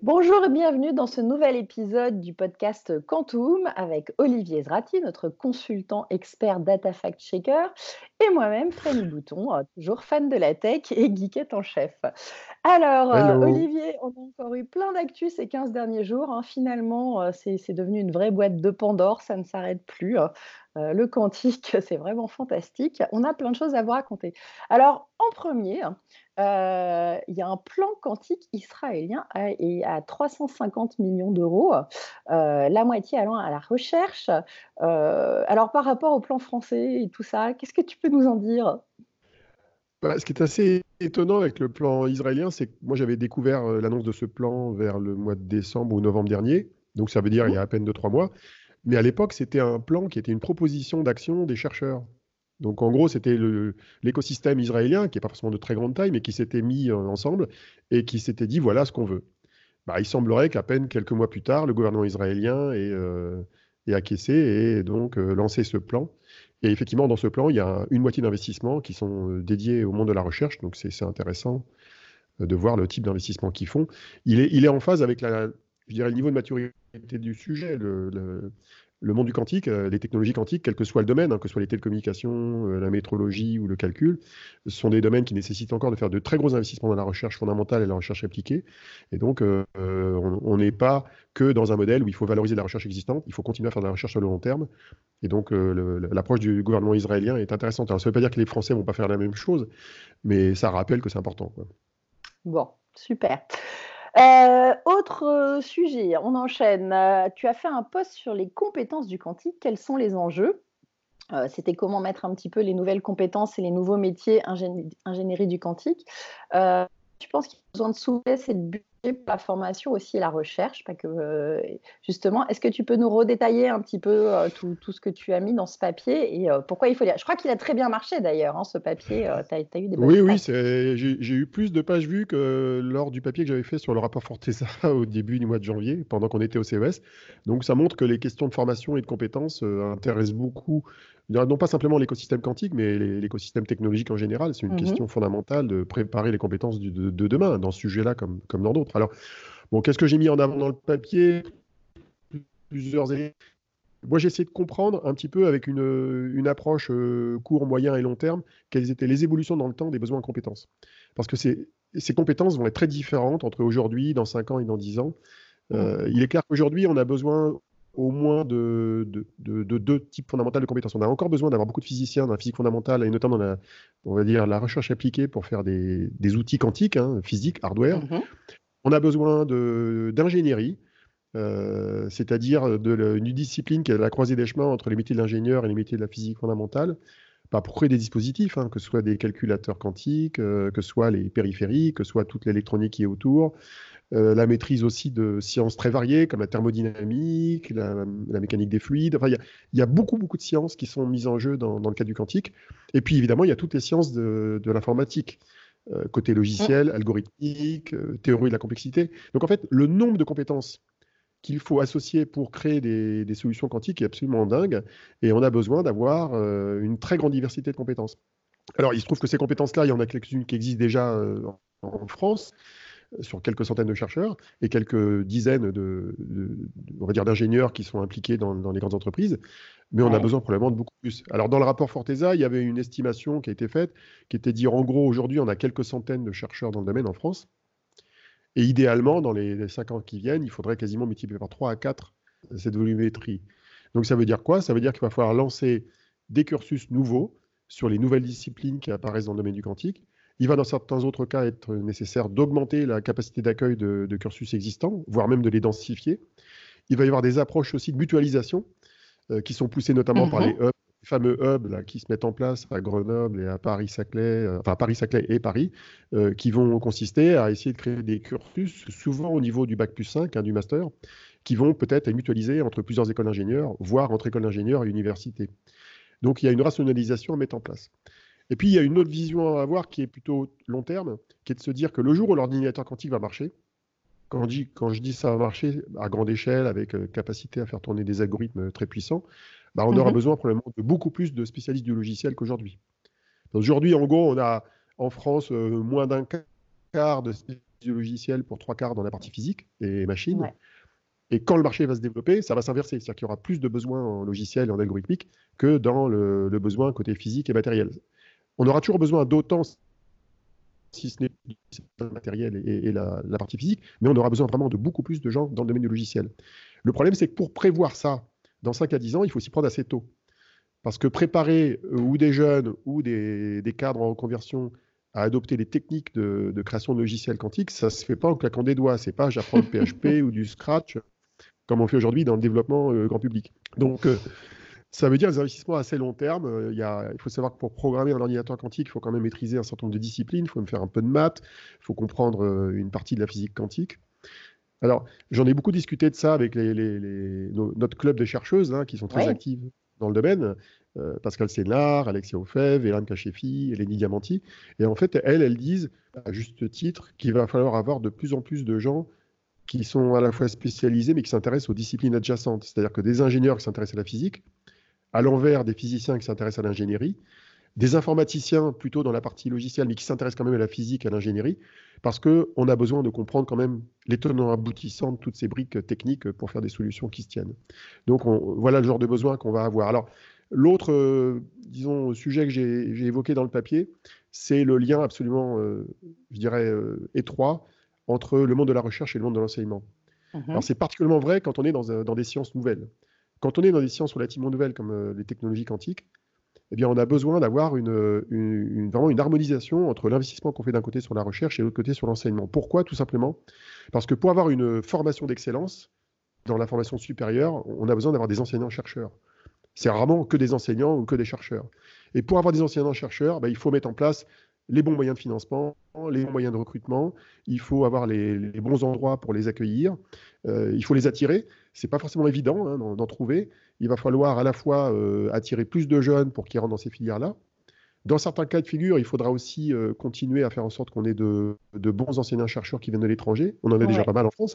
Bonjour et bienvenue dans ce nouvel épisode du podcast Quantum avec Olivier Zrati, notre consultant expert data fact-checker, et moi-même, Fanny Bouton, toujours fan de la tech et geekette en chef. Alors, Hello. Olivier, on a encore eu plein d'actu ces 15 derniers jours, hein. Finalement, c'est devenu une vraie boîte de Pandore, ça ne s'arrête plus, hein. Le quantique, c'est vraiment fantastique. On a plein de choses à vous raconter. Alors, en premier, il y a un plan quantique israélien à 350 millions d'euros, la moitié allant à la recherche. Alors par rapport au plan français et tout ça, qu'est-ce que tu peux nous en dire? Ce qui est assez étonnant avec le plan israélien, c'est que moi j'avais découvert l'annonce de ce plan vers le mois de décembre ou novembre dernier, donc ça veut dire il y Mmh. a à peine 2-3 mois. Mais à l'époque, c'était un plan qui était une proposition d'action des chercheurs. Donc en gros, c'était l'écosystème israélien, qui n'est pas forcément de très grande taille, mais qui s'était mis ensemble et qui s'était dit voilà ce qu'on veut. Il semblerait qu'à peine quelques mois plus tard, le gouvernement israélien ait acquiescé et donc lancé ce plan. Et effectivement, dans ce plan, il y a une moitié d'investissements qui sont dédiés au monde de la recherche. Donc c'est intéressant de voir le type d'investissement qu'ils font. Il est en phase avec je dirais, le niveau de maturité du sujet. Le monde du quantique, les technologies quantiques, quel que soit le domaine, hein, que ce soit les télécommunications, la métrologie ou le calcul, ce sont des domaines qui nécessitent encore de faire de très gros investissements dans la recherche fondamentale et la recherche appliquée. Et donc, on n'est pas que dans un modèle où il faut valoriser la recherche existante, il faut continuer à faire de la recherche sur le long terme. Et donc, l'approche du gouvernement israélien est intéressante. Alors, ça ne veut pas dire que les Français ne vont pas faire la même chose, mais ça rappelle que c'est important, quoi. Bon, super. Autre, sujet, on enchaîne. Tu as fait un post sur les compétences du quantique. Quels sont les enjeux? C'était comment mettre un petit peu les nouvelles compétences et les nouveaux métiers ingénierie du quantique. Heu, tu penses qu'il y a besoin de souplesse et de budget pour la formation aussi et la recherche? Pas que, justement, est-ce que tu peux nous redétailler un petit peu, tout ce que tu as mis dans ce papier et pourquoi il faut lire? Je crois qu'il a très bien marché d'ailleurs, hein, ce papier, tu as eu des bonnes Oui, oui, stats. j'ai eu plus de pages vues que lors du papier que j'avais fait sur le rapport Forteza au début du mois de janvier, pendant qu'on était au CES. Donc ça montre que les questions de formation et de compétences intéressent beaucoup, je dirais, non pas simplement l'écosystème quantique, mais l'écosystème technologique en général. C'est une Mmh. question fondamentale de préparer les compétences de demain, dans ce sujet-là comme dans d'autres. Alors, bon, qu'est-ce que j'ai mis en avant dans le papier? Plusieurs éléments. Moi, j'ai essayé de comprendre un petit peu avec une approche court, moyen et long terme, quelles étaient les évolutions dans le temps des besoins en compétences. Parce que ces compétences vont être très différentes entre aujourd'hui, dans 5 ans et dans 10 ans. Mh. Il est clair qu'aujourd'hui, on a besoin au moins de deux types fondamentaux de compétences. On a encore besoin d'avoir beaucoup de physiciens dans la physique fondamentale et notamment dans on va dire, la recherche appliquée pour faire des outils quantiques, hein, physique, hardware. Mmh. On a besoin d'ingénierie, c'est-à-dire une discipline qui est à la croisée des chemins entre les métiers de l'ingénieur et les métiers de la physique fondamentale, pour créer des dispositifs, hein, que ce soit des calculateurs quantiques, que ce soit les périphériques, que ce soit toute l'électronique qui est autour, la maîtrise aussi de sciences très variées comme la thermodynamique, la mécanique des fluides. Enfin, il y a beaucoup, beaucoup de sciences qui sont mises en jeu dans le cadre du quantique. Et puis, évidemment, il y a toutes les sciences de l'informatique, côté Mmh. logiciel, algorithmique, théorie de la complexité. Donc, en fait, le nombre de compétences qu'il faut associer pour créer des solutions quantiques est absolument dingue. Et on a besoin d'avoir une très grande diversité de compétences. Alors, il se trouve que ces compétences-là, il y en a quelques-unes qui existent déjà en France, sur quelques centaines de chercheurs et quelques dizaines on va dire, d'ingénieurs qui sont impliqués dans les grandes entreprises. Mais on a Ouais. besoin probablement de beaucoup plus. Alors, dans le rapport Forteza, il y avait une estimation qui a été faite, qui était de dire, en gros, aujourd'hui, on a quelques centaines de chercheurs dans le domaine en France. Et idéalement, dans les 5 ans qui viennent, il faudrait quasiment multiplier par 3 à 4 cette volumétrie. Donc ça veut dire quoi? Ça veut dire qu'il va falloir lancer des cursus nouveaux sur les nouvelles disciplines qui apparaissent dans le domaine du quantique. Il va dans certains autres cas être nécessaire d'augmenter la capacité d'accueil de cursus existants, voire même de les densifier. Il va y avoir des approches aussi de mutualisation qui sont poussées notamment par les Mmh. hubs, les fameux hubs là, qui se mettent en place à Grenoble et à Paris-Saclay, enfin Paris-Saclay et Paris, qui vont consister à essayer de créer des cursus, souvent au niveau du bac+5, hein, du master, qui vont peut-être être mutualisés entre plusieurs écoles d'ingénieurs, voire entre écoles d'ingénieurs et universités. Donc il y a une rationalisation à mettre en place. Et puis il y a une autre vision à avoir qui est plutôt long terme, qui est de se dire que le jour où l'ordinateur quantique va marcher, quand je dis ça va marcher à grande échelle, avec capacité à faire tourner des algorithmes très puissants, on aura Mmh. besoin probablement de beaucoup plus de spécialistes du logiciel qu'aujourd'hui. Aujourd'hui, en gros, on a en France moins d'un quart de du logiciel pour 3/4 dans la partie physique et machine. Ouais. Et quand le marché va se développer, ça va s'inverser. C'est-à-dire qu'il y aura plus de besoins en logiciel et en algorithmique que dans le besoin côté physique et matériel. On aura toujours besoin d'autant, si ce n'est le matériel et la partie physique, mais on aura besoin vraiment de beaucoup plus de gens dans le domaine du logiciel. Le problème, c'est que pour prévoir ça dans 5 à 10 ans, il faut s'y prendre assez tôt. Parce que préparer ou des jeunes ou des cadres en reconversion à adopter les techniques de création de logiciels quantiques, ça ne se fait pas en claquant des doigts. C'est pas j'apprends le PHP ou du Scratch, comme on fait aujourd'hui dans le développement grand public. Donc, ça veut dire des investissements à assez long terme. Il faut savoir que pour programmer un ordinateur quantique, il faut quand même maîtriser un certain nombre de disciplines, il faut même faire un peu de maths, il faut comprendre une partie de la physique quantique. Alors, j'en ai beaucoup discuté de ça avec notre club de chercheuses qui sont très actives dans le domaine. Pascal Sénard, Alexia Ofev, Elan Kachefi, Eleni Diamanti. Et en fait, elles disent, à juste titre, qu'il va falloir avoir de plus en plus de gens qui sont à la fois spécialisés, mais qui s'intéressent aux disciplines adjacentes. C'est-à-dire que des ingénieurs qui s'intéressent à la physique, à l'envers des physiciens qui s'intéressent à l'ingénierie, des informaticiens plutôt dans la partie logicielle, mais qui s'intéressent quand même à la physique, à l'ingénierie, parce qu'on a besoin de comprendre quand même les tenants aboutissants de toutes ces briques techniques pour faire des solutions qui se tiennent. Donc voilà le genre de besoin qu'on va avoir. Alors l'autre, disons, sujet que j'ai évoqué dans le papier, c'est le lien absolument, je dirais, étroit entre le monde de la recherche et le monde de l'enseignement. Alors c'est particulièrement vrai quand on est dans des sciences nouvelles. Quand on est dans des sciences relativement nouvelles comme les technologies quantiques, eh bien, on a besoin d'avoir vraiment une harmonisation entre l'investissement qu'on fait d'un côté sur la recherche et de l'autre côté sur l'enseignement. Pourquoi? Tout simplement parce que pour avoir une formation d'excellence dans la formation supérieure, on a besoin d'avoir des enseignants-chercheurs. C'est rarement que des enseignants ou que des chercheurs. Et pour avoir des enseignants-chercheurs, il faut mettre en place les bons moyens de financement, les bons moyens de recrutement, il faut avoir les bons endroits pour les accueillir, il faut les attirer. Ce n'est pas forcément évident d'en trouver. Il va falloir à la fois attirer plus de jeunes pour qu'ils rentrent dans ces filières-là. Dans certains cas de figure, il faudra aussi continuer à faire en sorte qu'on ait de bons enseignants-chercheurs qui viennent de l'étranger. On en a déjà pas mal en France.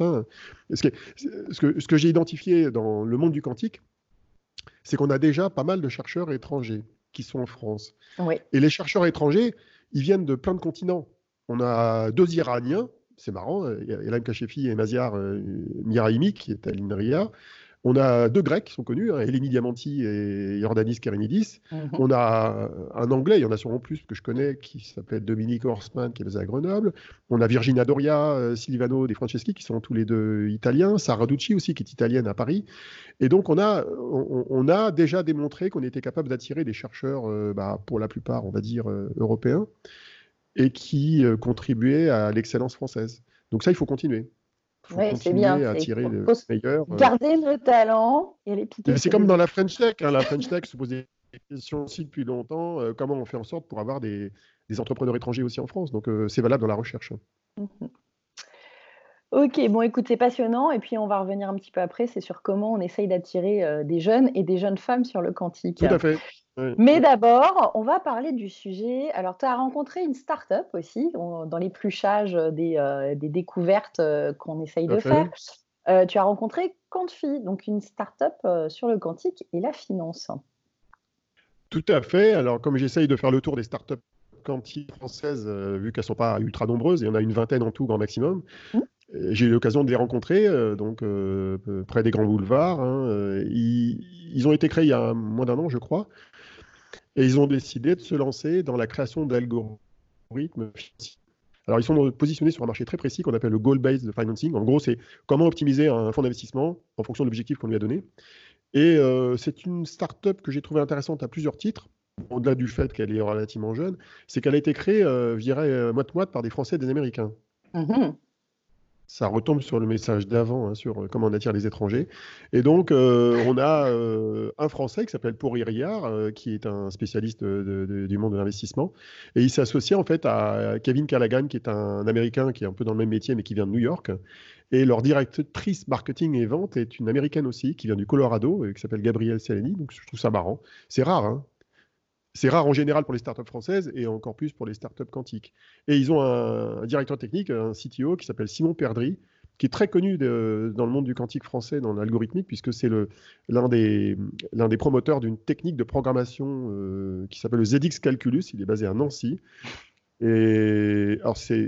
Ce que j'ai identifié dans le monde du quantique, c'est qu'on a déjà pas mal de chercheurs étrangers qui sont en France. Et les chercheurs étrangers, ils viennent de plein de continents. On a 2 Iraniens, c'est marrant, Elan Kachefi et Maziar Miraimi, qui est à l'INRIA. On a 2 Grecs qui sont connus, Eleni Diamanti et Yordanis Kerenidis. On a un Anglais, il y en a sûrement plus que je connais, qui s'appelle Dominique Horsman, qui est basé à Grenoble. On a Virginia Doria, Silvano De Franceschi, qui sont tous les 2 italiens. Sara Ducci aussi, qui est italienne à Paris. Et donc, on a déjà démontré qu'on était capable d'attirer des chercheurs, pour la plupart, on va dire, européens, et qui contribuaient à l'excellence française. Donc ça, il faut continuer. Oui, c'est bien. À attirer le meilleur. Garder le talent et les piquer. C'est comme dans la French Tech. La French Tech se pose des questions aussi depuis longtemps. Comment on fait en sorte pour avoir des entrepreneurs étrangers aussi en France? Donc, c'est valable dans la recherche. Ok, bon, écoute, c'est passionnant. Et puis, on va revenir un petit peu après. C'est sur comment on essaye d'attirer des jeunes et des jeunes femmes sur le quantique. Tout à fait. Mais d'abord, on va parler du sujet. Alors, tu as rencontré une start-up aussi, dans l'épluchage des découvertes qu'on essaye de faire. Tu as rencontré Quantphi, donc une start-up sur le quantique et la finance. Tout à fait. Alors, comme j'essaye de faire le tour des start-up quantiques françaises, vu qu'elles ne sont pas ultra nombreuses, il y en a une vingtaine en tout, grand maximum, j'ai eu l'occasion de les rencontrer près des grands boulevards. Ils ont été créés il y a moins d'1 an, je crois. Et ils ont décidé de se lancer dans la création d'algorithmes financiers. Alors, ils sont positionnés sur un marché très précis qu'on appelle le goal-based financing. En gros, c'est comment optimiser un fonds d'investissement en fonction de l'objectif qu'on lui a donné. Et c'est une start-up que j'ai trouvée intéressante à plusieurs titres, au-delà du fait qu'elle est relativement jeune. C'est qu'elle a été créée, je dirais, moite-moite par des Français et des Américains. Ça retombe sur le message d'avant, sur comment on attire les étrangers. Et donc, on a un Français qui s'appelle Pour Iriard, qui est un spécialiste du monde de l'investissement. Et il s'est associé en fait à Kevin Callaghan, qui est un Américain qui est un peu dans le même métier, mais qui vient de New York. Et leur directrice marketing et vente est une Américaine aussi, qui vient du Colorado, et qui s'appelle Gabrielle Seleni. Donc, je trouve ça marrant. C'est rare, C'est rare en général pour les startups françaises et encore plus pour les startups quantiques. Et ils ont un directeur technique, un CTO qui s'appelle Simon Perdry, qui est très connu dans le monde du quantique français, dans l'algorithmique, puisque c'est l'un des promoteurs d'une technique de programmation qui s'appelle le ZX Calculus. Il est basé à Nancy. Et alors c'est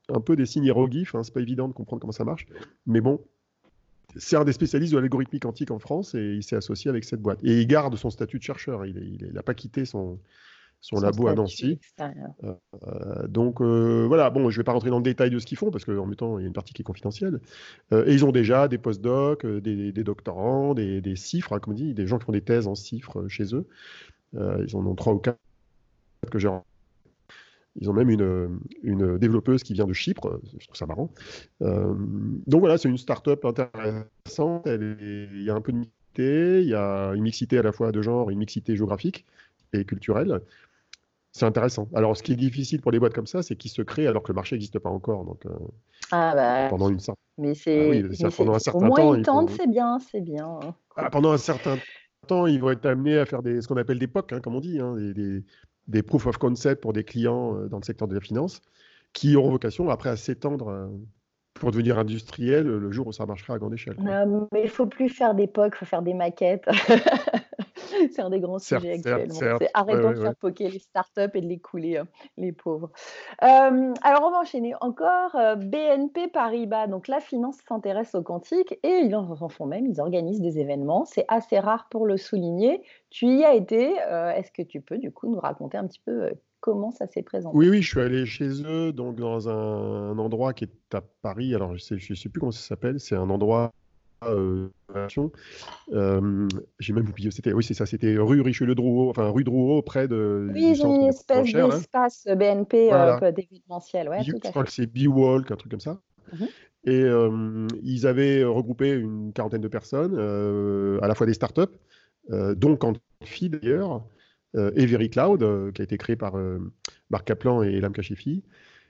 un peu des signes hiéroglyphes, hein, c'est pas évident de comprendre comment ça marche, mais bon, c'est un des spécialistes de l'algorithmie quantique en France et il s'est associé avec cette boîte. Et il garde son statut de chercheur, il n'a pas quitté son labo à statut Nancy. extérieur. Donc voilà, bon, je ne vais pas rentrer dans le détail de ce qu'ils font parce qu'en même temps, il y a une partie qui est confidentielle. Et ils ont déjà des postdocs, des doctorants, des CIFRES, hein, comme on dit, des gens qui font des thèses en CIFRES chez eux. Ils en ont 3 ou 4 que j'ai rencontrés. Ils ont même une développeuse qui vient de Chypre, je trouve ça marrant. Donc voilà, c'est une start-up intéressante. Il y a un peu de mixité, il y a une mixité à la fois de genre, une mixité géographique et culturelle. C'est intéressant. Alors, ce qui est difficile pour les boîtes comme ça, c'est qu'ils se créent alors que le marché n'existe pas encore. Donc, Ah bah, pendant une certaine... mais oui, c'est pendant un au certain moins temps, ils tentent, c'est bien, c'est bien. pendant un certain temps, ils vont être amenés à faire ce qu'on appelle des POC, hein, comme on dit, hein, des proof of concept pour des clients dans le secteur de la finance, qui auront vocation après à s'étendre pour devenir industriel le jour où ça marchera à grande échelle, quoi. Non, mais il faut plus faire d'époque, il faut faire des maquettes. C'est un des grands Certes, sujets certes, actuellement. C'est certes. Ouais, arrêtons ouais, de ouais. faire poker les startups et de les couler, les pauvres. Alors on va enchaîner encore. BNP Paribas, donc la finance s'intéresse au quantique et ils en font même, ils organisent des événements. C'est assez rare pour le souligner. Tu y as été. Est-ce que tu peux du coup nous raconter un petit peu comment ça s'est présenté? Oui, oui, je suis allé chez eux, donc dans un endroit qui est à Paris. Alors, je sais plus comment ça s'appelle. C'est un endroit d'innovation. J'ai même oublié où c'était. Oui, c'est ça. C'était rue Richelieu-Drouot, enfin rue Drouot, près Oui, du ils ont centre une de grandes espèce enchères, là. d'espace BNP Voilà. d'événementiel. Ouais, tout Je à crois fait. que c'est B-Walk, un truc comme ça. Mhm. Et ils avaient regroupé une quarantaine de personnes, à la fois des startups, dont Quantifi d'ailleurs, et VeryCloud, qui a été créé par Marc Kaplan et Elam Kashifi.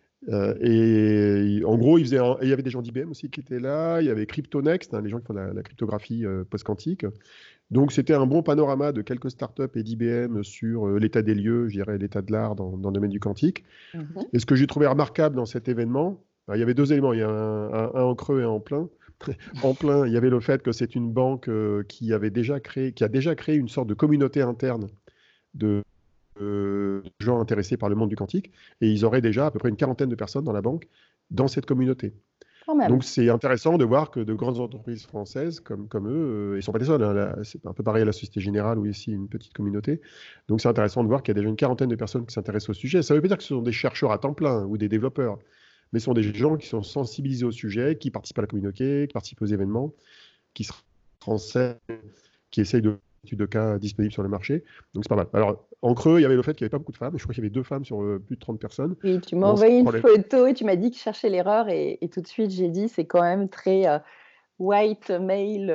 En gros, il y avait des gens d'IBM aussi qui étaient là, il y avait CryptoNext, hein, les gens qui font la cryptographie post-quantique. Donc c'était un bon panorama de quelques startups et d'IBM sur l'état des lieux, je dirais l'état de l'art dans le domaine du quantique. Mhm. Et ce que j'ai trouvé remarquable dans cet événement, il y avait 2 éléments, il y a un en creux et un en plein. En plein, il y avait le fait que c'est une banque qui a déjà créé une sorte de communauté interne de gens intéressés par le monde du quantique, et ils auraient déjà à peu près une quarantaine de personnes dans la banque dans cette communauté. Quand même. Donc c'est intéressant de voir que de grandes entreprises françaises comme eux, ils ne sont pas les seuls, hein, c'est un peu pareil à la Société Générale où il y a aussi une petite communauté. Donc c'est intéressant de voir qu'il y a déjà une quarantaine de personnes qui s'intéressent au sujet. Ça ne veut pas dire que ce sont des chercheurs à temps plein ou des développeurs, mais ce sont des gens qui sont sensibilisés au sujet, qui participent à la communauté, qui participent aux événements, qui se renseignent, qui essayent de études de cas disponibles sur le marché. Donc c'est pas mal. Alors en creux, il y avait le fait qu'il n'y avait pas beaucoup de femmes. Je crois qu'il y avait 2 femmes sur plus de 30 personnes. Oui, tu m'as Bon, c'est envoyé un une problème. photo et tu m'as dit que je cherchais l'erreur et tout de suite j'ai dit c'est quand même très white male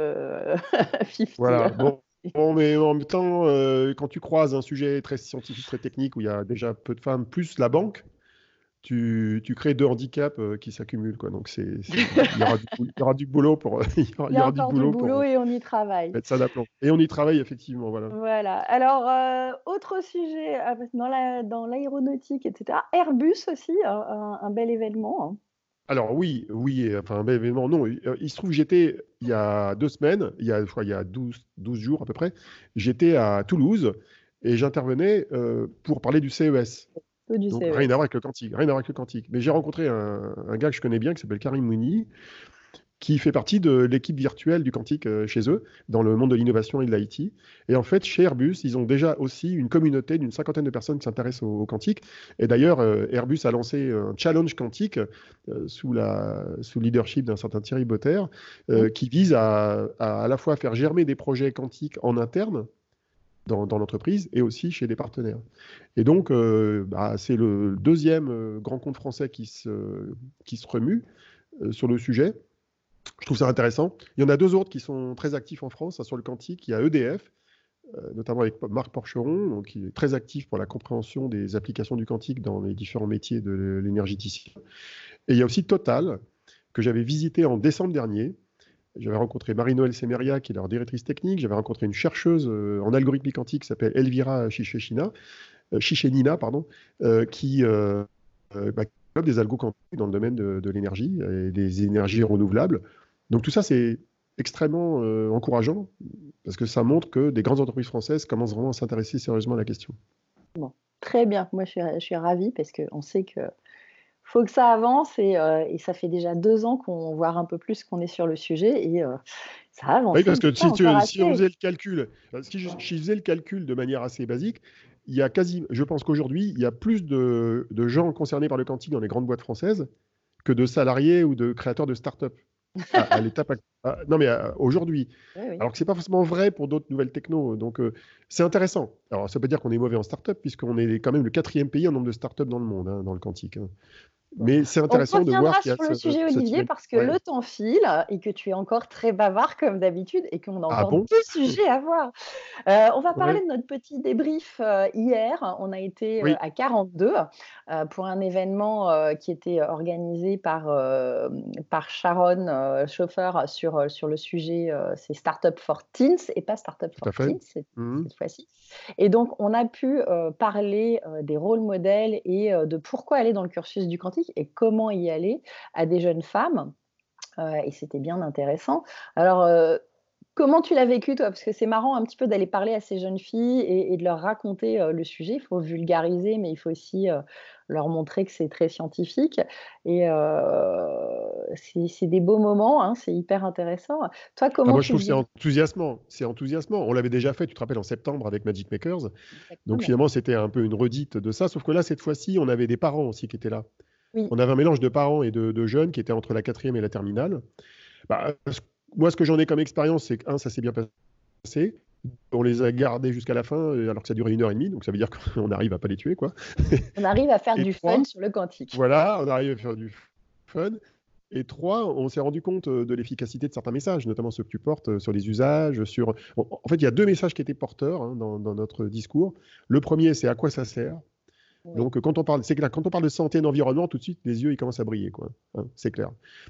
50. Voilà. Bon, mais en même temps, quand tu croises un sujet très scientifique, très technique, où il y a déjà peu de femmes, plus la banque, tu crées 2 handicaps qui s'accumulent, quoi. Donc il y aura du boulot pour Il il y y a aura du encore du boulot boulot pour et on y travaille. mettre ça d'aplomb. Et on y travaille effectivement, voilà. Voilà. Alors, autre sujet dans l'aéronautique, etc. Airbus aussi, un bel événement, hein. Alors oui, oui, enfin un bel événement. Non, il se trouve que j'étais il y a 2 semaines, je crois il y a 12 jours à peu près, j'étais à Toulouse et j'intervenais pour parler du CES. Peu du Donc rien à CES. voir avec le quantique, rien à voir avec le quantique. Mais j'ai rencontré un gars que je connais bien qui s'appelle Karim Mouni, qui fait partie de l'équipe virtuelle du quantique chez eux, dans le monde de l'innovation et de l'IT. Et en fait, chez Airbus, ils ont déjà aussi une communauté d'une 50aine de personnes qui s'intéressent au quantique. Et d'ailleurs, Airbus a lancé un challenge quantique sous le leadership d'un certain Thierry Botter, Mmh. qui vise à la fois faire germer des projets quantiques en interne, dans l'entreprise et aussi chez des partenaires. Et donc, c'est le deuxième grand compte français qui se remue sur le sujet. Je trouve ça intéressant. Il y en a 2 autres qui sont très actifs en France, hein, sur le quantique. Il y a EDF, notamment avec Marc Porcheron, donc, qui est très actif pour la compréhension des applications du quantique dans les différents métiers de l'énergéticien. Et il y a aussi Total, que j'avais visité en décembre dernier. J'avais rencontré Marie-Noëlle Semeria, qui est leur directrice technique. J'avais rencontré une chercheuse en algorithmie quantique qui s'appelle Elvira Chichenina, pardon, qui développe des algos quantiques dans le domaine de l'énergie et des énergies renouvelables. Donc tout ça, c'est extrêmement encourageant parce que ça montre que des grandes entreprises françaises commencent vraiment à s'intéresser sérieusement à la question. Bon, très bien. Moi, je suis ravie parce qu'on sait que faut que ça avance et ça fait déjà 2 ans qu'on voit un peu plus qu'on est sur le sujet et ça a Oui, avancé, parce mais que pas encore si on assez. faisait le calcul, si je faisais le calcul de manière assez basique, il y a je pense qu'aujourd'hui, il y a plus de gens concernés par le quantique dans les grandes boîtes françaises que de salariés ou de créateurs de start-up à l'étape. Non, mais aujourd'hui. Oui, oui. Alors que ce n'est pas forcément vrai pour d'autres nouvelles techno. Donc, c'est intéressant. Alors, ça veut pas dire qu'on est mauvais en start-up, puisqu'on est quand même le 4e pays en nombre de start-up dans le monde, hein, dans le quantique, hein. Bon. Mais c'est On intéressant de voir reviendra qu'il y a sur le sujet, cette Olivier, idée. parce que Ouais. le temps file et que tu es encore très bavard comme d'habitude et qu'on a Ah encore bon? 2 sujets à voir. On va parler Ouais. de notre petit débrief hier. On a été Oui, à 42 pour un événement qui était organisé par Sharon Schoeffer sur le sujet, c'est Startup for Teens et pas Startup tout for à fait. Teens Mhm. cette fois-ci. Et donc, on a pu parler des rôles modèles et de pourquoi aller dans le cursus du quantique et comment y aller à des jeunes femmes. Et c'était bien intéressant. Alors, comment tu l'as vécu toi? Parce que c'est marrant un petit peu d'aller parler à ces jeunes filles et de leur raconter, le sujet. Il faut vulgariser, mais il faut aussi, leur montrer que c'est très scientifique et c'est des beaux moments, hein, c'est hyper intéressant. Toi, Ah, comment moi, je tu le trouve que c'est vis? enthousiasmant. C'est enthousiasmant. On l'avait déjà fait, tu te rappelles, en septembre avec Magic Makers. Donc, Exactement. finalement, c'était un peu une redite de ça. Sauf que là, cette fois-ci, on avait des parents aussi qui étaient là. Oui, On avait un mélange de parents et de jeunes qui étaient entre la 4e et la terminale. Bah, moi, ce que j'en ai comme expérience, c'est que, un, ça s'est bien passé. On les a gardés jusqu'à la fin, alors que ça durait 1 heure et demie. Donc, ça veut dire qu'on arrive à pas les tuer, quoi. on arrive à faire Et du trois, fun sur le quantique. voilà, on arrive à faire du fun. Et trois, on s'est rendu compte de l'efficacité de certains messages, notamment ceux que tu portes sur les usages. En fait, il y a 2 messages qui étaient porteurs, hein, dans notre discours. Le premier, c'est à quoi ça sert. Oui. Donc, c'est clair, quand on parle de santé et d'environnement, tout de suite, les yeux, ils commencent à briller, quoi. Hein, c'est clair.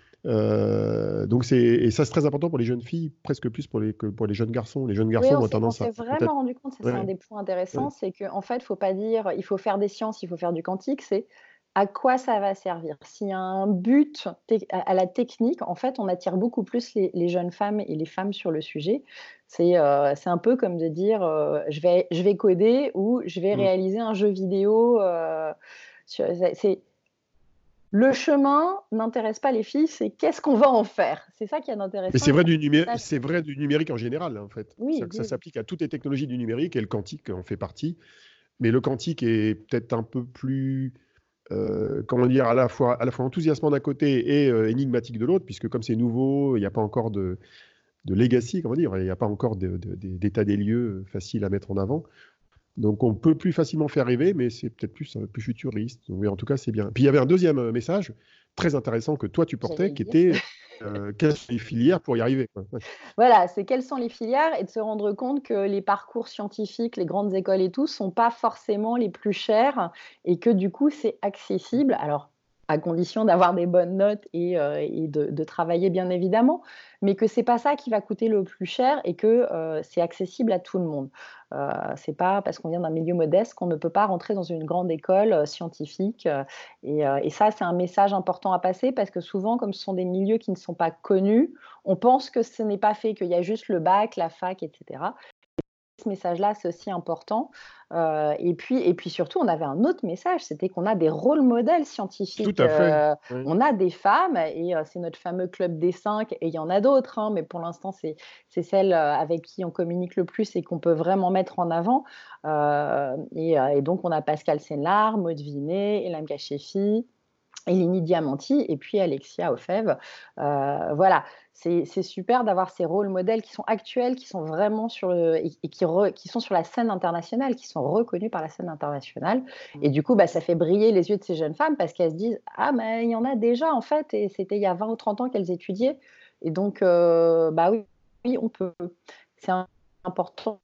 Et ça, c'est très important pour les jeunes filles, presque plus que pour les jeunes garçons. Les jeunes Oui, garçons ont on tendance à s'est peut-être. vraiment rendu compte, ça c'est un Ouais, des points intéressants, ouais. c'est qu'en fait, faut pas dire: «Il faut faire des sciences, il faut faire du quantique», c'est à quoi ça va servir? S'il y a un but à la technique, en fait, on attire beaucoup plus les jeunes femmes et les femmes sur le sujet. C'est un peu comme de dire, je vais coder ou je vais Mm. réaliser un jeu vidéo, c'est le chemin n'intéresse pas les filles, c'est qu'est-ce qu'on va en faire? C'est ça qui est Mais intéressant c'est et vrai c'est un du message c'est vrai du numérique en général, en fait. C'est-à-dire oui, que ça oui, oui. s'applique à toutes les technologies du numérique et le quantique en fait partie. Mais le quantique est peut-être un peu plus, comment dire, à la fois enthousiasmant d'un côté et énigmatique de l'autre, puisque comme c'est nouveau, il n'y a pas encore de legacy, comment dire, il n'y a pas encore d'état des lieux facile à mettre en avant. Donc on peut plus facilement faire rêver, mais c'est peut-être plus futuriste. Donc, oui, en tout cas, c'est bien. Puis il y avait un deuxième message très intéressant que toi tu J'allais portais, le qui dire. était quelles sont les filières pour y arriver, quoi. Ouais. Voilà, c'est quelles sont les filières et de se rendre compte que les parcours scientifiques, les grandes écoles et tout, sont pas forcément les plus chers et que du coup, c'est accessible. Alors, à condition d'avoir des bonnes notes et de travailler bien évidemment, mais que c'est pas ça qui va coûter le plus cher et que c'est accessible à tout le monde. C'est pas parce qu'on vient d'un milieu modeste qu'on ne peut pas rentrer dans une grande école scientifique. Et ça, c'est un message important à passer parce que souvent, comme ce sont des milieux qui ne sont pas connus, on pense que ce n'est pas fait, qu'il y a juste le bac, la fac, etc. Ce message-là, c'est aussi important. Et puis surtout, on avait un autre message, c'était qu'on a des rôles modèles Tout scientifiques. à fait. Ouais. On a des femmes, et c'est notre fameux club des 5, et il y en a d'autres, hein, mais pour l'instant, c'est celle avec qui on communique le plus et qu'on peut vraiment mettre en avant. Et donc, on a Pascal Sénard, Maud Vinet, Elam Gachefi, Eleni Diamanti et puis Alexia Ofev. Voilà, c'est super d'avoir ces rôles modèles qui sont actuels, qui sont vraiment qui sont sur la scène internationale, qui sont reconnus par la scène internationale. Et du coup, bah, ça fait briller les yeux de ces jeunes femmes parce qu'elles se disent: «Ah, mais il y en a déjà en fait et c'était il y a 20 ou 30 ans qu'elles étudiaient et donc bah oui, oui, on peut». C'est important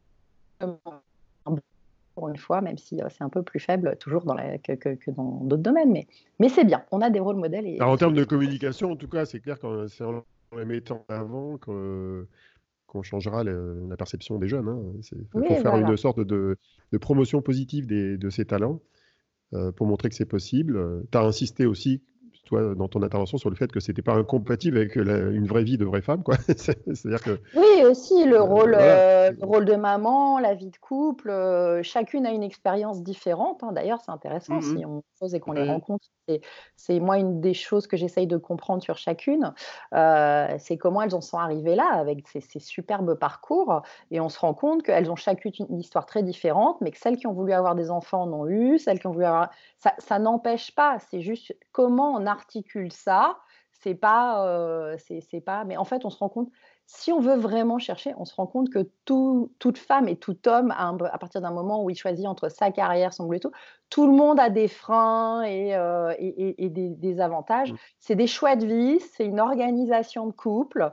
pour une fois, même si c'est un peu plus faible toujours que dans d'autres domaines. Mais c'est bien, on a des rôles modèles Alors, et en c'est termes de cool. communication, en tout cas, c'est clair que c'est en les mettant en avant qu'on changera la perception des jeunes, hein. Il faut Oui, faire une voilà. sorte de promotion positive de ces talents pour montrer que c'est possible. Tu as insisté aussi, toi, dans ton intervention, sur le fait que c'était pas incompatible avec une vraie vie de vraie femme, quoi. C'est-à-dire que, Oui, aussi voilà. le rôle de maman, la vie de couple, chacune a une expérience différente, hein. D'ailleurs, c'est intéressant Mhm. si on pose et qu'on les Ouais. rencontre. C'est moi une des choses que j'essaye de comprendre sur chacune, c'est comment elles en sont arrivées là avec ces superbes parcours et on se rend compte qu'elles ont chacune une histoire très différente, mais que celles qui ont voulu avoir des enfants en ont eu, celles qui ont voulu avoir ça n'empêche pas, c'est juste comment on articule ça, c'est pas mais en fait, on se rend compte si on veut vraiment chercher, on se rend compte que toute femme et tout homme, à partir d'un moment où il choisit entre sa carrière, son boulot et tout le monde a des freins et des avantages. Mm. C'est des choix de vie, c'est une organisation de couple.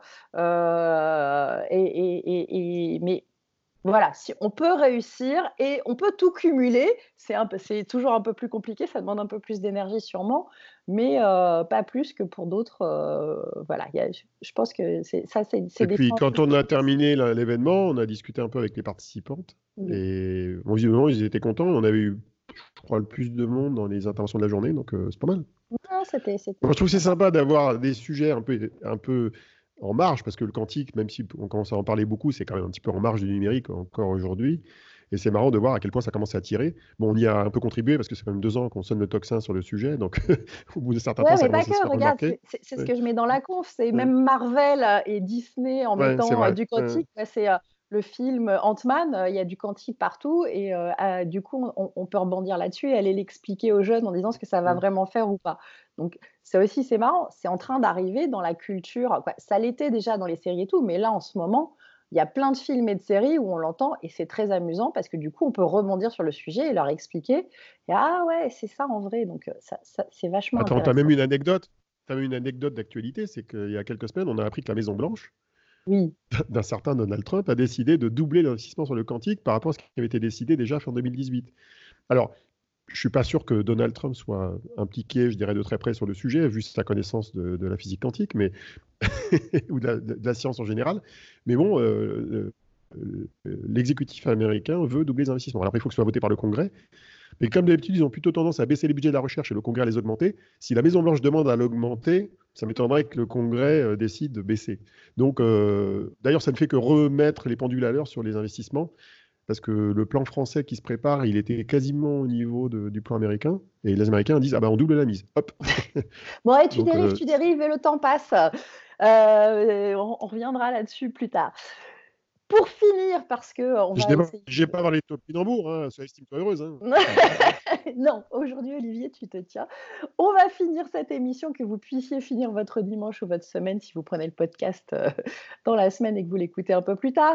Mais voilà, si on peut réussir et on peut tout cumuler, c'est toujours un peu plus compliqué, ça demande un peu plus d'énergie sûrement, mais pas plus que pour d'autres. Voilà, je pense que c'est Et des puis, freins. quand on a terminé l'événement, on a discuté un peu avec les participantes. Oui. Et bon, visiblement, ils étaient contents. On avait eu, je crois, le plus de monde dans les interventions de la journée, donc c'est pas mal. Non, Moi, je trouve que c'est sympa d'avoir des sujets un peu en marge, parce que le quantique, même si on commence à en parler beaucoup, c'est quand même un petit peu en marge du numérique encore aujourd'hui. Et c'est marrant de voir à quel point ça commence à attirer. Bon, on y a un peu contribué parce que c'est quand même 2 ans qu'on sonne le tocsin sur le sujet, donc au bout de certains temps, Ouais, ça mais pas commence à se que, faire regarde, remarquer. c'est ce Ouais, que je mets dans la conf, c'est ouais, même Marvel et Disney en ouais, c'est mettant vrai. du Ouais. quantique, bah, c'est le film Ant-Man, il y a du quantique partout et du coup, on peut rebondir là-dessus et aller l'expliquer aux jeunes en disant ce que ça va Mm. vraiment faire ou pas. Donc, ça aussi, c'est marrant, c'est en train d'arriver dans la culture, quoi. Ça l'était déjà dans les séries et tout, mais là, en ce moment, il y a plein de films et de séries où on l'entend et c'est très amusant parce que du coup, on peut rebondir sur le sujet et leur expliquer. Et ah ouais, c'est ça en vrai, donc c'est vachement Attends, tu as même intéressant. une anecdote. Tu une anecdote d'actualité, c'est qu'il y a quelques semaines, on a appris que la Maison-Blanche, Oui. d'un certain Donald Trump, a décidé de doubler l'investissement sur le quantique par rapport à ce qui avait été décidé déjà fin 2018. Alors, je ne suis pas sûr que Donald Trump soit impliqué, je dirais, de très près sur le sujet, vu sa connaissance de la physique quantique, mais ou de la science en général. Mais bon, l'exécutif américain veut doubler les investissements. Alors après, il faut que ce soit voté par le Congrès. Mais comme d'habitude, ils ont plutôt tendance à baisser les budgets de la recherche et le Congrès à les augmenter. Si la Maison-Blanche demande à l'augmenter, ça m'étonnerait que le Congrès décide de baisser. Donc, d'ailleurs, ça ne fait que remettre les pendules à l'heure sur les investissements, parce que le plan français qui se prépare, il était quasiment au niveau du plan américain. Et les Américains disent, ah ben on double la mise. Hop. Bon, et Donc, tu dérives et le temps passe. On reviendra là-dessus plus tard. Pour finir, parce que on va essayer. j'ai pas parlé de topinambour, hein, sois estime-toi heureuse. Hein. Non, aujourd'hui, Olivier, tu te tiens. On va finir cette émission, que vous puissiez finir votre dimanche ou votre semaine si vous prenez le podcast dans la semaine et que vous l'écoutez un peu plus tard.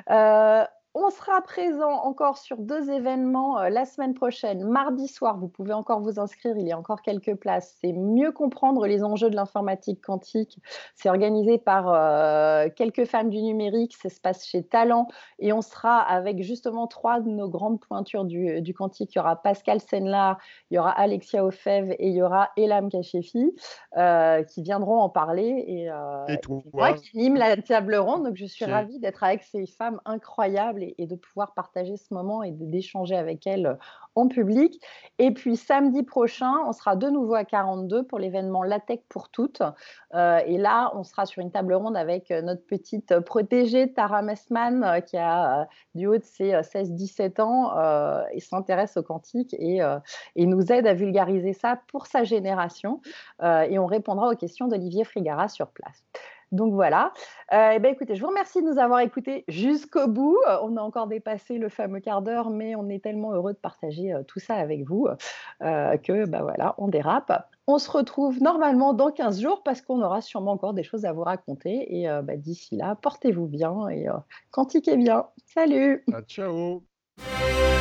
On sera présent encore sur 2 événements la semaine prochaine. Mardi soir, vous pouvez encore vous inscrire, il y a encore quelques places. C'est mieux comprendre les enjeux de l'informatique quantique. C'est organisé par quelques femmes du numérique. Ça se passe chez Talent et on sera avec justement 3 de nos grandes pointures du quantique. Il y aura Pascal Senlar, il y aura Alexia Ofev et il y aura Elam Kachefi qui viendront en parler. Et Et c'est moi toi, qui anime la table ronde, donc je suis tiens, ravie d'être avec ces femmes incroyables et de pouvoir partager ce moment et d'échanger avec elles en public. Et puis samedi prochain, on sera de nouveau à 42 pour l'événement La Tech pour toutes. Et là, on sera sur une table ronde avec notre petite protégée Tara Messman qui a du haut de ses 16-17 ans et s'intéresse au quantique et nous aide à vulgariser ça pour sa génération. Et on répondra aux questions d'Olivier Frigara sur place. Donc voilà. Écoutez, je vous remercie de nous avoir écoutés jusqu'au bout. On a encore dépassé le fameux quart d'heure, mais on est tellement heureux de partager tout ça avec vous que voilà, on dérape. On se retrouve normalement dans 15 jours parce qu'on aura sûrement encore des choses à vous raconter. Et d'ici là, portez-vous bien et quantiquez bien. Salut! ciao.